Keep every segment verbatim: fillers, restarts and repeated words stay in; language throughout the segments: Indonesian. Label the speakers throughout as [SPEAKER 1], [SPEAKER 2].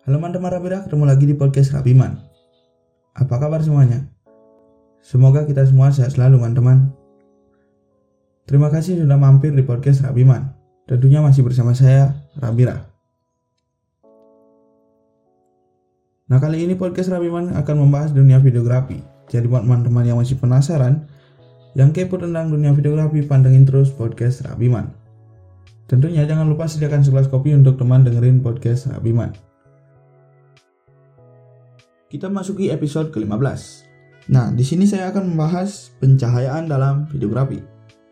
[SPEAKER 1] Halo teman-teman Rabira, ketemu lagi di podcast Rabiman. Apa kabar semuanya? Semoga kita semua sehat selalu teman-teman. Terima kasih sudah mampir di podcast Rabiman. Tentunya masih bersama saya, Rabira. Nah, kali ini podcast Rabiman akan membahas dunia videografi. Jadi buat teman-teman yang masih penasaran, yang kepo tentang dunia videografi, pantengin terus podcast Rabiman. Tentunya jangan lupa sediakan segelas kopi untuk teman dengerin podcast Rabiman. Kita masuki episode ke lima belas. Nah, di sini saya akan membahas pencahayaan dalam videografi.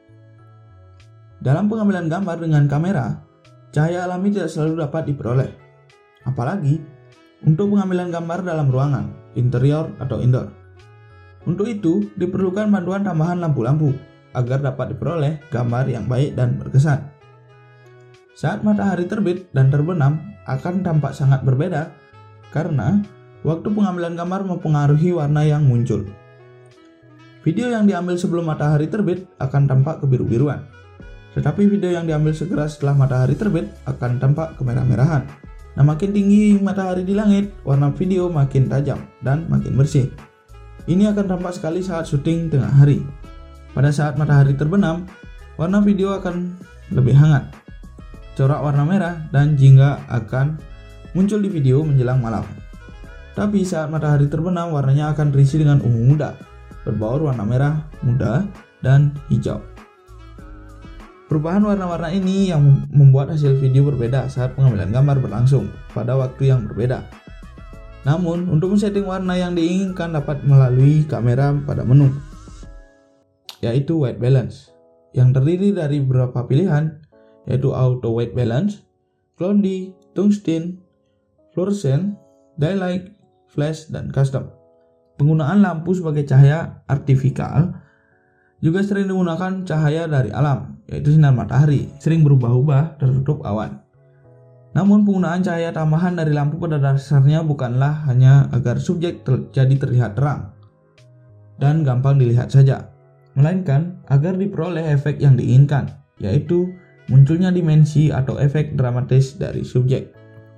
[SPEAKER 1] Dalam pengambilan gambar dengan kamera, cahaya alami tidak selalu dapat diperoleh. Apalagi untuk pengambilan gambar dalam ruangan, interior atau indoor. Untuk itu, diperlukan bantuan tambahan lampu-lampu agar dapat diperoleh gambar yang baik dan berkesan. Saat matahari terbit dan terbenam akan tampak sangat berbeda karena waktu pengambilan gambar mempengaruhi warna yang muncul. Video yang diambil sebelum matahari terbit akan tampak kebiru-biruan, tetapi video yang diambil segera setelah matahari terbit akan tampak kemerah-merahan. Nah, makin tinggi matahari di langit, warna video makin tajam dan makin bersih. Ini akan tampak sekali saat syuting tengah hari. Pada saat matahari terbenam, warna video akan lebih hangat, corak warna merah, dan jingga akan muncul di video menjelang malam. Tapi saat matahari terbenam, warnanya akan terisi dengan ungu muda, berbaur warna merah muda dan hijau. Perubahan warna-warna ini yang membuat hasil video berbeda saat pengambilan gambar berlangsung pada waktu yang berbeda. Namun, untuk men-setting warna yang diinginkan dapat melalui kamera pada menu, yaitu white balance, yang terdiri dari beberapa pilihan, yaitu auto white balance, cloudy, tungsten, fluorescent, daylight, flash, dan custom. Penggunaan lampu sebagai cahaya artifikal juga sering digunakan cahaya dari alam, yaitu sinar matahari, sering berubah-ubah tertutup awan. Namun penggunaan cahaya tambahan dari lampu pada dasarnya bukanlah hanya agar subjek ter- jadi terlihat terang dan gampang dilihat saja, melainkan agar diperoleh efek yang diinginkan, yaitu munculnya dimensi atau efek dramatis dari subjek.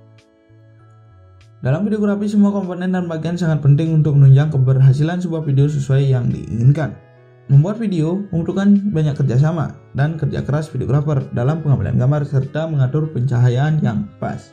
[SPEAKER 1] Dalam videografi, semua komponen dan bagian sangat penting untuk menunjang keberhasilan sebuah video sesuai yang diinginkan. Membuat video membutuhkan banyak kerjasama dan kerja keras videografer dalam pengambilan gambar serta mengatur pencahayaan yang pas.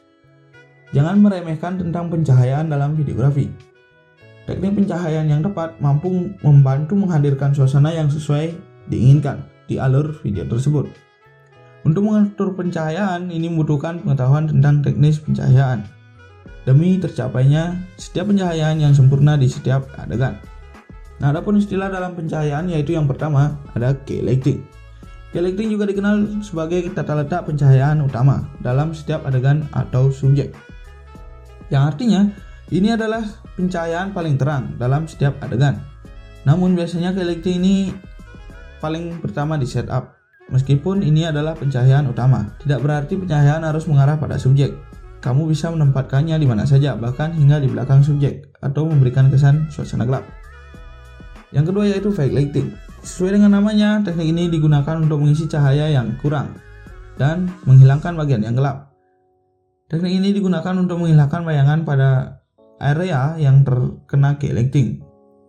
[SPEAKER 1] Jangan meremehkan tentang pencahayaan dalam videografi. Teknik pencahayaan yang tepat mampu membantu menghadirkan suasana yang sesuai diinginkan di alur video tersebut. Untuk mengatur pencahayaan ini membutuhkan pengetahuan tentang teknis pencahayaan demi tercapainya setiap pencahayaan yang sempurna di setiap adegan. Nah, adapun istilah dalam pencahayaan yaitu yang pertama ada key lighting. Key lighting juga dikenal sebagai tata letak pencahayaan utama dalam setiap adegan atau subjek. Yang artinya ini adalah pencahayaan paling terang dalam setiap adegan. Namun biasanya key lighting ini paling pertama di setup. Meskipun ini adalah pencahayaan utama, tidak berarti pencahayaan harus mengarah pada subjek. Kamu bisa menempatkannya di mana saja, bahkan hingga di belakang subjek, atau memberikan kesan suasana gelap. Yang kedua yaitu fake lighting. Sesuai dengan namanya, teknik ini digunakan untuk mengisi cahaya yang kurang dan menghilangkan bagian yang gelap. Teknik ini digunakan untuk menghilangkan bayangan pada area yang terkena key lighting.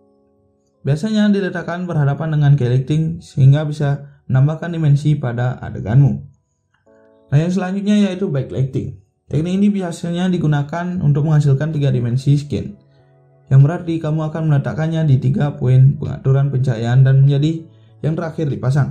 [SPEAKER 1] Biasanya diletakkan berhadapan dengan key lighting sehingga bisa menambahkan dimensi pada adeganmu. Nah, yang selanjutnya yaitu backlighting. Teknik ini biasanya digunakan untuk menghasilkan tiga dimensi skin, yang berarti kamu akan meletakkannya di tiga poin pengaturan pencahayaan dan menjadi yang terakhir dipasang.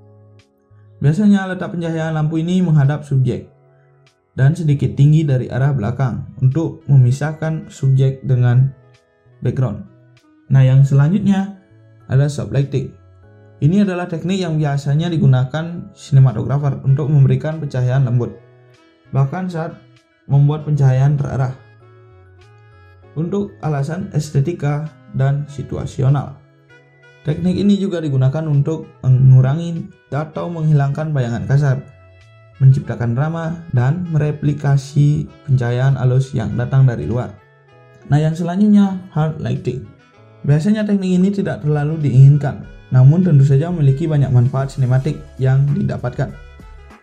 [SPEAKER 1] Biasanya letak pencahayaan lampu ini menghadap subjek dan sedikit tinggi dari arah belakang untuk memisahkan subjek dengan background. Nah, yang selanjutnya ada soft lighting. Ini adalah teknik yang biasanya digunakan sinematografer untuk memberikan pencahayaan lembut, bahkan saat membuat pencahayaan terarah, untuk alasan estetika dan situasional. Teknik ini juga digunakan untuk mengurangi atau menghilangkan bayangan kasar, menciptakan drama, dan mereplikasi pencahayaan halus yang datang dari luar. Nah, yang selanjutnya hard lighting. Biasanya teknik ini tidak terlalu diinginkan, namun tentu saja memiliki banyak manfaat sinematik yang didapatkan.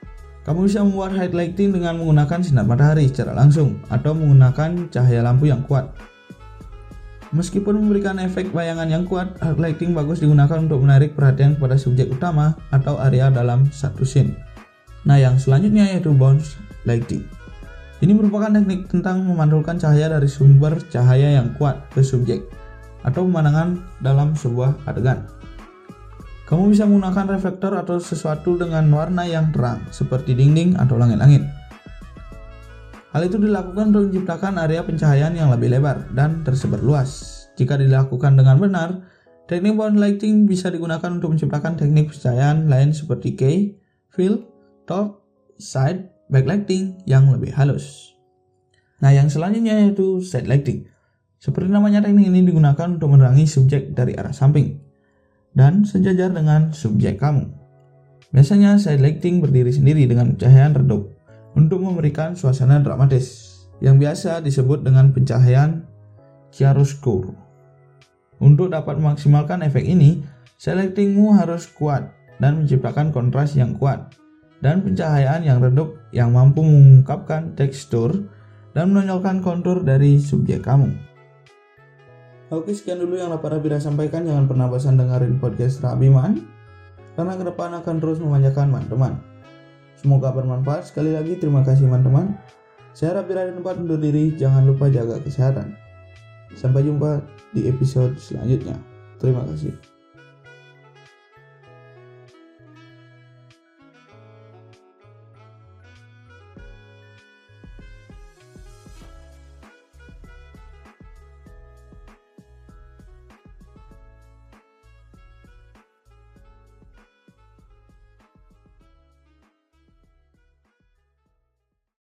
[SPEAKER 1] Kamu bisa membuat highlighting dengan menggunakan sinar matahari secara langsung atau menggunakan cahaya lampu yang kuat. Meskipun memberikan efek bayangan yang kuat, highlighting bagus digunakan untuk menarik perhatian kepada subjek utama atau area dalam satu scene. Nah, yang selanjutnya yaitu bounce lighting. Ini merupakan teknik tentang memantulkan cahaya dari sumber cahaya yang kuat ke subjek atau pemandangan dalam sebuah adegan. Kamu bisa menggunakan reflektor atau sesuatu dengan warna yang terang, seperti dinding atau langit-langit. Hal itu dilakukan untuk menciptakan area pencahayaan yang lebih lebar dan tersebar luas. Jika dilakukan dengan benar, teknik bounce lighting bisa digunakan untuk menciptakan teknik pencahayaan lain seperti key, fill, top, side, backlighting yang lebih halus. Nah, yang selanjutnya yaitu side lighting. Seperti namanya, teknik ini digunakan untuk menerangi subjek dari arah samping dan sejajar dengan subjek kamu. Biasanya side lighting berdiri sendiri dengan pencahayaan redup untuk memberikan suasana dramatis yang biasa disebut dengan pencahayaan chiaroscuro. Untuk dapat memaksimalkan efek ini, side lightingmu harus kuat dan menciptakan kontras yang kuat dan pencahayaan yang redup yang mampu mengungkapkan tekstur dan menonjolkan kontur dari subjek kamu. Oke, sekian dulu yang dapat Rabira sampaikan. Jangan pernah bosan dengerin podcast Rabiman, karena ke depan akan terus memanjakan teman-teman. Semoga bermanfaat. Sekali lagi terima kasih teman-teman. Saya Rabira di tempat undur diri. Jangan lupa jaga kesehatan. Sampai jumpa di episode selanjutnya. Terima kasih.